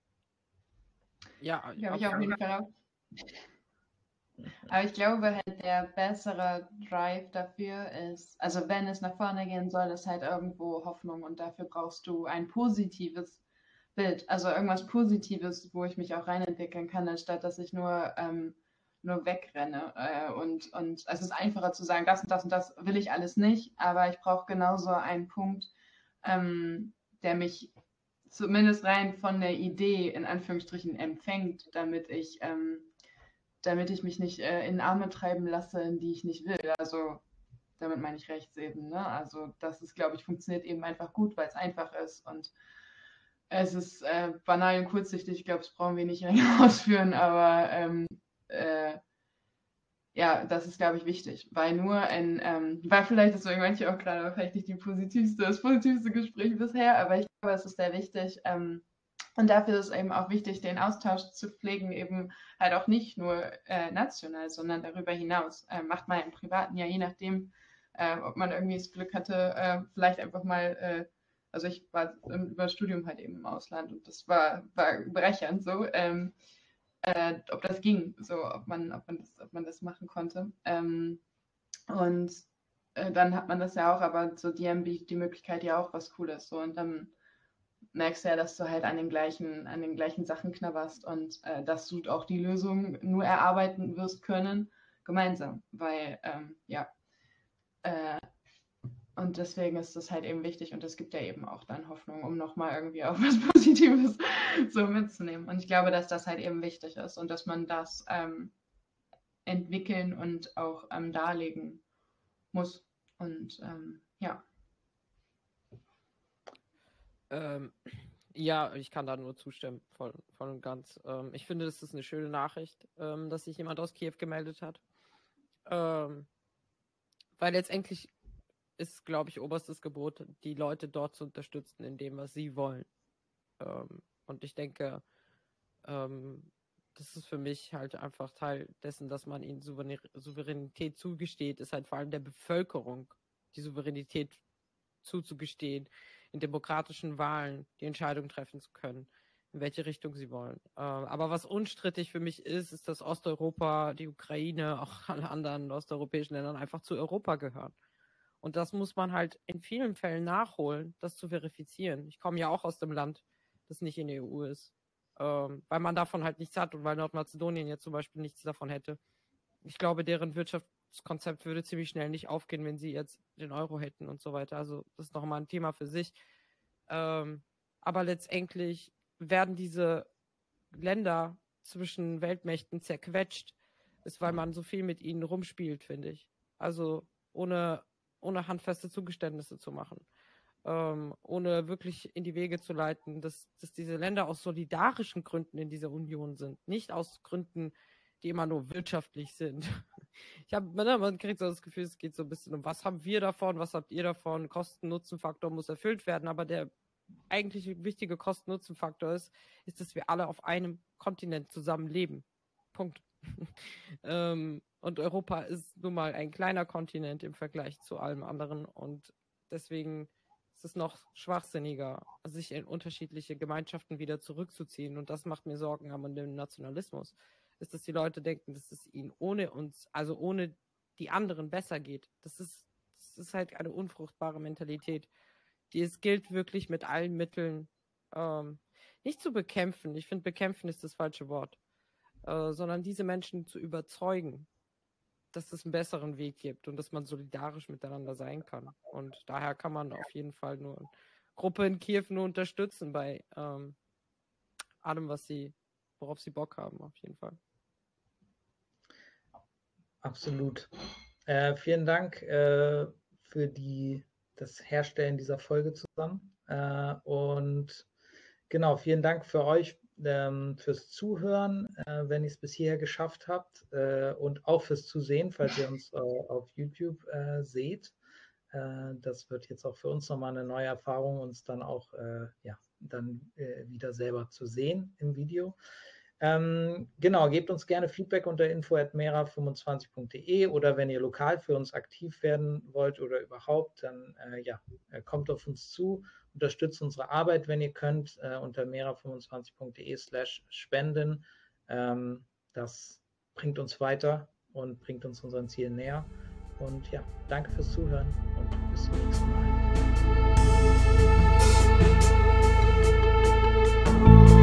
Ja, Ja, ich auf jeden Fall auch. Aber ich glaube halt, der bessere Drive dafür ist, also wenn es nach vorne gehen soll, ist halt irgendwo Hoffnung und dafür brauchst du ein positives Bild, also irgendwas Positives, wo ich mich auch reinentwickeln kann, anstatt dass ich nur wegrenne. Und es ist einfacher zu sagen, das und das und das will ich alles nicht, aber ich brauche genauso einen Punkt, der mich zumindest rein von der Idee in Anführungsstrichen empfängt, damit ich mich nicht in Arme treiben lasse, in die ich nicht will. Also damit meine ich rechts eben. Ne? Also das ist, glaube ich, funktioniert eben einfach gut, weil es einfach ist und es ist banal und kurzsichtig. Ich glaube, das brauchen wir nicht ausführen, aber ja, das ist, glaube ich, wichtig, weil weil vielleicht ist so manche auch gerade vielleicht nicht das positivste Gespräch bisher, aber ich glaube, es ist sehr wichtig, und dafür ist es eben auch wichtig, den Austausch zu pflegen, eben halt auch nicht nur national, sondern darüber hinaus. Macht man im Privaten ja je nachdem, ob man irgendwie das Glück hatte, vielleicht einfach mal, also ich war über das Studium halt eben im Ausland und das war bereichernd so, ob das ging, so ob man das machen konnte. Und dann hat man das ja auch, aber so DM bietet die Möglichkeit ja auch was Cooles. So und dann merkst du ja, dass du halt an den gleichen Sachen knabberst und dass du auch die Lösung nur erarbeiten wirst können, gemeinsam. Weil, ja, und deswegen ist das halt eben wichtig und es gibt ja eben auch dann Hoffnung, um nochmal irgendwie auch was Positives so mitzunehmen. Und ich glaube, dass das halt eben wichtig ist und dass man das entwickeln und auch darlegen muss. Und ja. Ja, ich kann da nur zustimmen, voll und ganz. Ich finde, das ist eine schöne Nachricht, dass sich jemand aus Kiew gemeldet hat. Weil letztendlich ist, glaube ich, oberstes Gebot, die Leute dort zu unterstützen in dem, was sie wollen. Und ich denke, das ist für mich halt einfach Teil dessen, dass man ihnen Souveränität zugesteht, ist halt vor allem der Bevölkerung die Souveränität zuzugestehen, in demokratischen Wahlen die Entscheidung treffen zu können, in welche Richtung sie wollen. Aber was unstrittig für mich ist, dass Osteuropa, die Ukraine, auch alle anderen osteuropäischen Ländern einfach zu Europa gehören. Und das muss man halt in vielen Fällen nachholen, das zu verifizieren. Ich komme ja auch aus dem Land, das nicht in der EU ist, weil man davon halt nichts hat und weil Nordmazedonien jetzt zum Beispiel nichts davon hätte. Ich glaube, deren Wirtschaftskonzept würde ziemlich schnell nicht aufgehen, wenn sie jetzt den Euro hätten und so weiter. Also das ist nochmal ein Thema für sich. Aber letztendlich werden diese Länder zwischen Weltmächten zerquetscht, ist, weil man so viel mit ihnen rumspielt, finde ich. Also ohne handfeste Zugeständnisse zu machen. Ohne wirklich in die Wege zu leiten, dass diese Länder aus solidarischen Gründen in dieser Union sind. Nicht aus Gründen, die immer nur wirtschaftlich sind. Man kriegt so das Gefühl, es geht so ein bisschen um, was haben wir davon, was habt ihr davon? Kosten-Nutzen-Faktor muss erfüllt werden, aber der eigentlich wichtige Kosten-Nutzen-Faktor ist, dass wir alle auf einem Kontinent zusammen leben. Punkt. Und Europa ist nun mal ein kleiner Kontinent im Vergleich zu allem anderen und deswegen ist es noch schwachsinniger, sich in unterschiedliche Gemeinschaften wieder zurückzuziehen und das macht mir Sorgen an dem Nationalismus, ist, dass die Leute denken, dass es ihnen ohne uns, also ohne die anderen besser geht. Das ist halt eine unfruchtbare Mentalität, die es gilt wirklich mit allen Mitteln nicht zu bekämpfen. Ich finde, bekämpfen ist das falsche Wort. Sondern diese Menschen zu überzeugen, dass es einen besseren Weg gibt und dass man solidarisch miteinander sein kann. Und daher kann man auf jeden Fall nur eine Gruppe in Kiew nur unterstützen bei allem, worauf sie Bock haben, auf jeden Fall. Absolut. Vielen Dank für das Herstellen dieser Folge zusammen. Und genau, vielen Dank für euch fürs Zuhören, wenn ihr es bis hierher geschafft habt und auch fürs Zusehen, falls ihr uns auf YouTube seht. Das wird jetzt auch für uns nochmal eine neue Erfahrung, uns dann auch dann wieder selber zu sehen im Video. Genau, gebt uns gerne Feedback unter info@mera25.de oder wenn ihr lokal für uns aktiv werden wollt oder überhaupt, dann kommt auf uns zu, unterstützt unsere Arbeit, wenn ihr könnt, unter mera25.de/spenden. Das bringt uns weiter und bringt uns unseren Zielen näher. Und ja, danke fürs Zuhören und bis zum nächsten Mal.